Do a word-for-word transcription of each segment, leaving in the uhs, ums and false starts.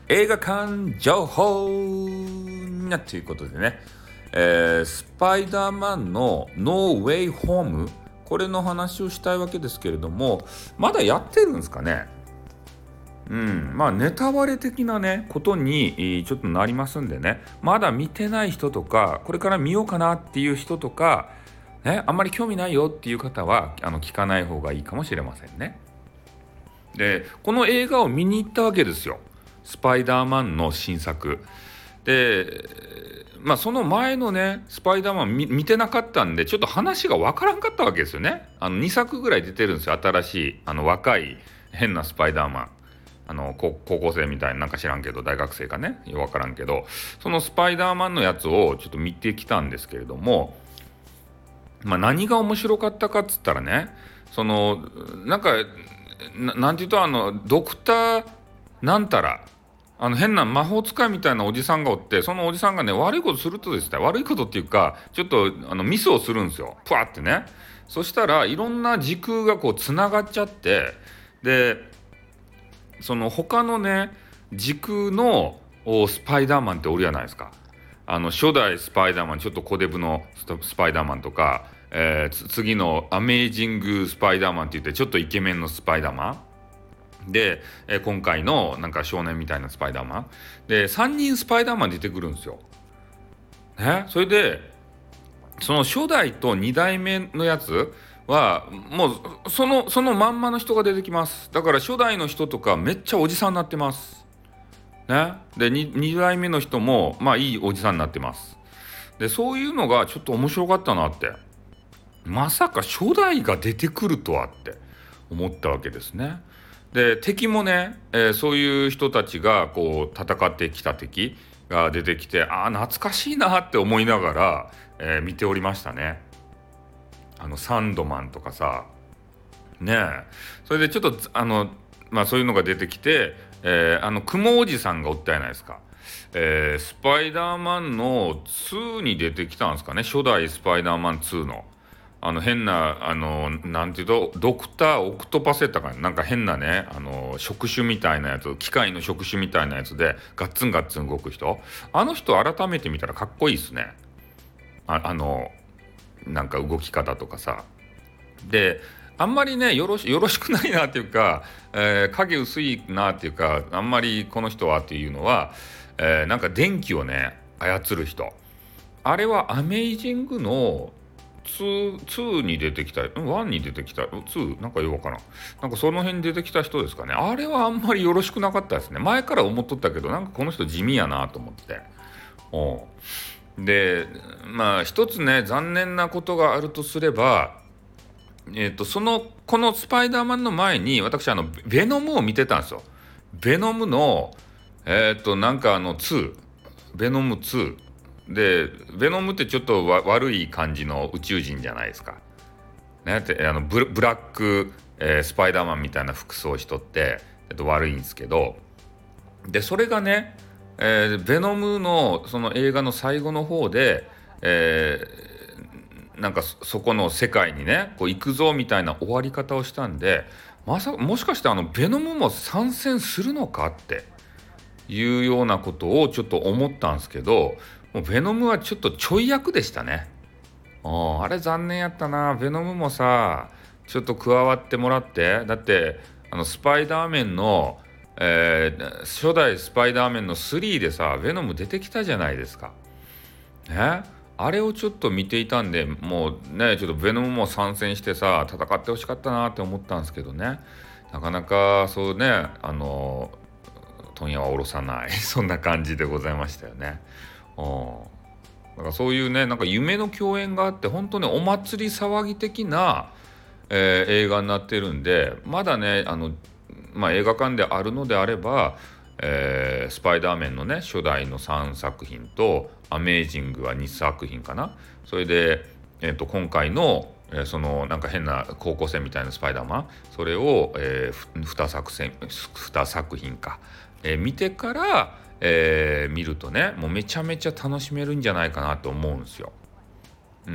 映画館情報なということでね、えー、スパイダーマンのノーウェイホーム、これの話をしたいわけですけれども、まだやってるんですかね。うん、まあネタバレ的なねことにちょっとなりますんでね、まだ見てない人とか、これから見ようかなっていう人とか、ね、あんまり興味ないよっていう方はあの聞かない方がいいかもしれませんね。で、この映画を見に行ったわけですよ。スパイダーマンの新作で、まあその前のねスパイダーマン 見, 見てなかったんで、ちょっと話がわからんかったわけですよね。あのにさくぐらい出てるんですよ、新しいあの若い変なスパイダーマン。あの高校生みたいな、なんか知らんけど、大学生かね、よくわからんけど、そのスパイダーマンのやつをちょっと見てきたんですけれども、まあ何が面白かったかっつったらね、そのなんか な, なんていうと、あのドクターなんたら、あの変な魔法使いみたいなおじさんがおって、そのおじさんがね悪いことするとですね、悪いことっていうか、ちょっとあのミスをするんですよ、プワってね。そしたらいろんな時空がこうつながっちゃって、でその他のね時空のスパイダーマンっておるじゃないですか。あの初代スパイダーマン、ちょっと小デブのスパイダーマンとか、えー、次のアメージングスパイダーマンって言ってちょっとイケメンのスパイダーマンで、えー、今回のなんか少年みたいなスパイダーマンでさんにんスパイダーマン出てくるんですよ。ね、それでその初代とに代目のやつはもうそのそのまんまの人が出てきます。だから初代の人とかめっちゃおじさんになってます。ね、で 2, に代目の人もまあいいおじさんになってます。でそういうのがちょっと面白かったなって、まさか初代が出てくるとはって思ったわけですね。で敵もね、えーそういう人たちがこう戦ってきた敵が出てきて、ああ懐かしいなって思いながら、えー見ておりましたね。あのサンドマンとかさ、ねえ、それでちょっとあのまあそういうのが出てきて、えーあの雲おじさんがおったじゃないですか。えースパイダーマンのにに出てきたんですかね、初代スパイダーマンにのあの変な、あのなんていうと、ドクターオクトパスやったかな、なんか変なね、あの触手みたいなやつ、機械の触手みたいなやつでガッツンガッツン動く人、あの人改めて見たらかっこいいっすね。ああのなんか動き方とかさ。であんまりねよろしよろしくないなっていうか、えー影薄いなっていうか、あんまりこの人はっていうのは、えーなんか電気をね操る人、あれはアメイジングのに, に出てきた、いちに出てきた、になんかよくわからん、なんかその辺に出てきた人ですかね。あれはあんまりよろしくなかったですね。前から思っとったけど、なんかこの人地味やなと思って。おでまあ一つね残念なことがあるとすれば、えー、とそのこのスパイダーマンの前に私あのベノムを見てたんですよ。ベノムのえっ、となんかあのに、ベノムにで、ベノムってちょっとわ悪い感じの宇宙人じゃないですか。ね、ってあの ブ, ブラック、えースパイダーマンみたいな服装しとって、えっと、悪いんですけど、でそれがね、えーベノムのその映画の最後の方で、えーなんか そ, そこの世界にねこう行くぞみたいな終わり方をしたんで、まさもしかしてあのベノムも参戦するのかっていうようなことをちょっと思ったんですけど、もうベノムはちょっとちょい役でしたね。ああれ残念やったな。ベノムもさちょっと加わってもらって、だってあのスパイダーメンの、えー初代スパイダーメンのスリーでさベノム出てきたじゃないですか。ね、あれをちょっと見ていたんで、もうねちょっとベノムも参戦してさ戦ってほしかったなって思ったんですけどね、なかなかそうね、あの問屋は下ろさないそんな感じでございましたよね。うん、だからそういうねなんか夢の共演があって、本当にお祭り騒ぎ的な、えー映画になってるんで、まだねあの、まあ、映画館であるのであれば、えースパイダーメンのね初代のさんさく品とアメージングはにさく品かな。それで、えー、と今回の、えーそのなんか変な高校生みたいなスパイダーマン、それを、えー、2, 作戦に作品か、えー見てから、えー見るとねもうめちゃめちゃ楽しめるんじゃないかなと思うんですよ。うん。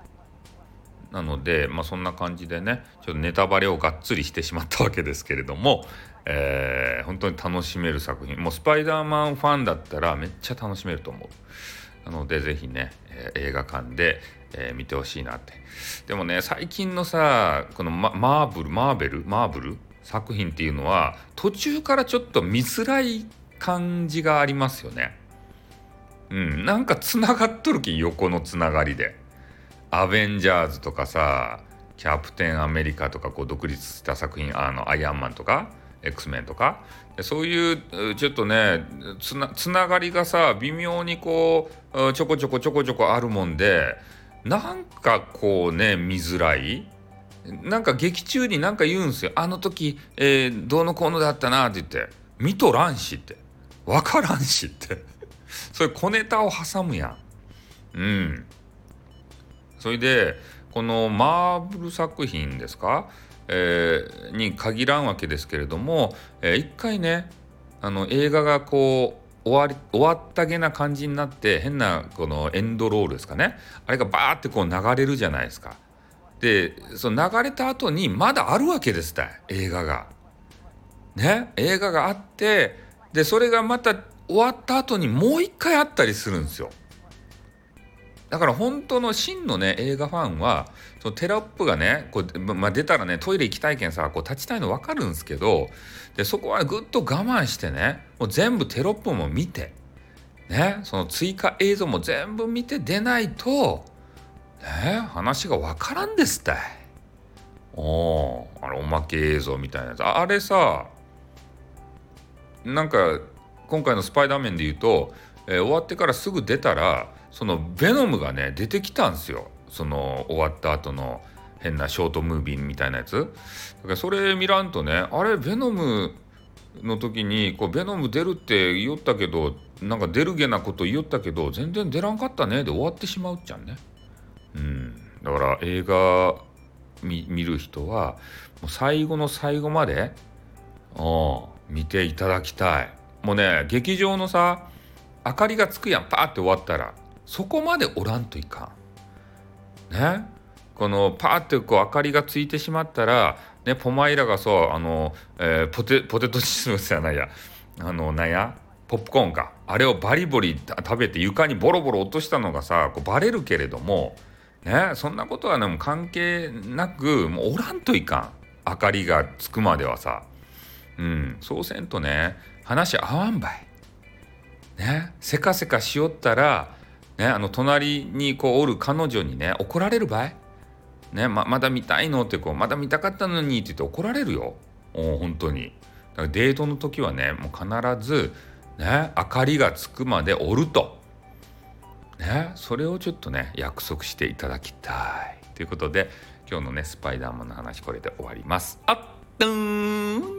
なので、まあ、そんな感じでねちょっとネタバレをがっつりしてしまったわけですけれども、 えー、本当に楽しめる作品。もうスパイダーマンファンだったらめっちゃ楽しめると思う。なのでぜひね、えー映画館で、えー見てほしいなって。でもね、最近のさ、このママーブルマーベルマーブル作品っていうのは途中からちょっと見づらい感じがありますよね。うん、なんかつながっとるき、横のつながりでアベンジャーズとかさ、キャプテンアメリカとかこう独立した作品、あのアイアンマンとか X メンとか、そういうちょっとねつな、つながりがさ微妙にこうちょこちょこちょこちょこあるもんで、なんかこうね見づらい。なんか劇中になんか言うんすよ。あの時、えーどうのこうのだったなって言って、見とらんしってわからんしってそういう小ネタを挟むやん。うん。それでこのマーブル作品ですか、えーに限らんわけですけれども、えー一回ね、あの映画がこう終わり終わったげな感じになって、変なこのエンドロールですかね、あれがバーってこう流れるじゃないですか。でその流れた後にまだあるわけですたい、映画がね。映画があって、でそれがまた終わった後にもう一回あったりするんですよ。だから本当の真のね映画ファンは、そのテロップがねこう、まあ、出たらねトイレ行きたいけんさ、こう立ちたいの分かるんですけど、でそこはぐっと我慢してね、もう全部テロップも見てね、その追加映像も全部見て出ないとね話が分からんですって。おー、あれおまけ映像みたいなやつ、ああれさ、なんか今回のスパイダーマンで言うと、えー終わってからすぐ出たらそのベノムがね出てきたんですよ。その終わった後の変なショートムービーみたいなやつだから、それ見らんとね、あれベノムの時にこうベノム出るって言おったけど、なんか出るげなこと言おったけど全然出らんかったねで終わってしまうっちゃんね。うん、だから映画見、見る人はもう最後の最後までうん見ていただきたい。もうね、劇場のさ明かりがつくやん、パーって終わったらそこまでおらんといかんね。このパーってこう明かりがついてしまったらね、ポマイラがそうあの、えーポテポテトチップスじゃないや、あのなんやポップコーンか、あれをバリバリ食べて床にボロボロ落としたのがさこうバレるけれどもね、そんなことはねもう関係なく、もうおらんといかん、明かりがつくまではさ。うん、そうせんとね話合わんばいね。せかせかしよったらね、あの隣にこうおる彼女にね怒られるばいね。ままだ見たいのってこう、まだ見たかったのにって言って怒られるよ。お本当に。だからデートの時はねもう必ずね明かりがつくまでおるとね、それをちょっとね約束していただきたいということで、今日のねスパイダーマンの話これで終わります。あっとーん。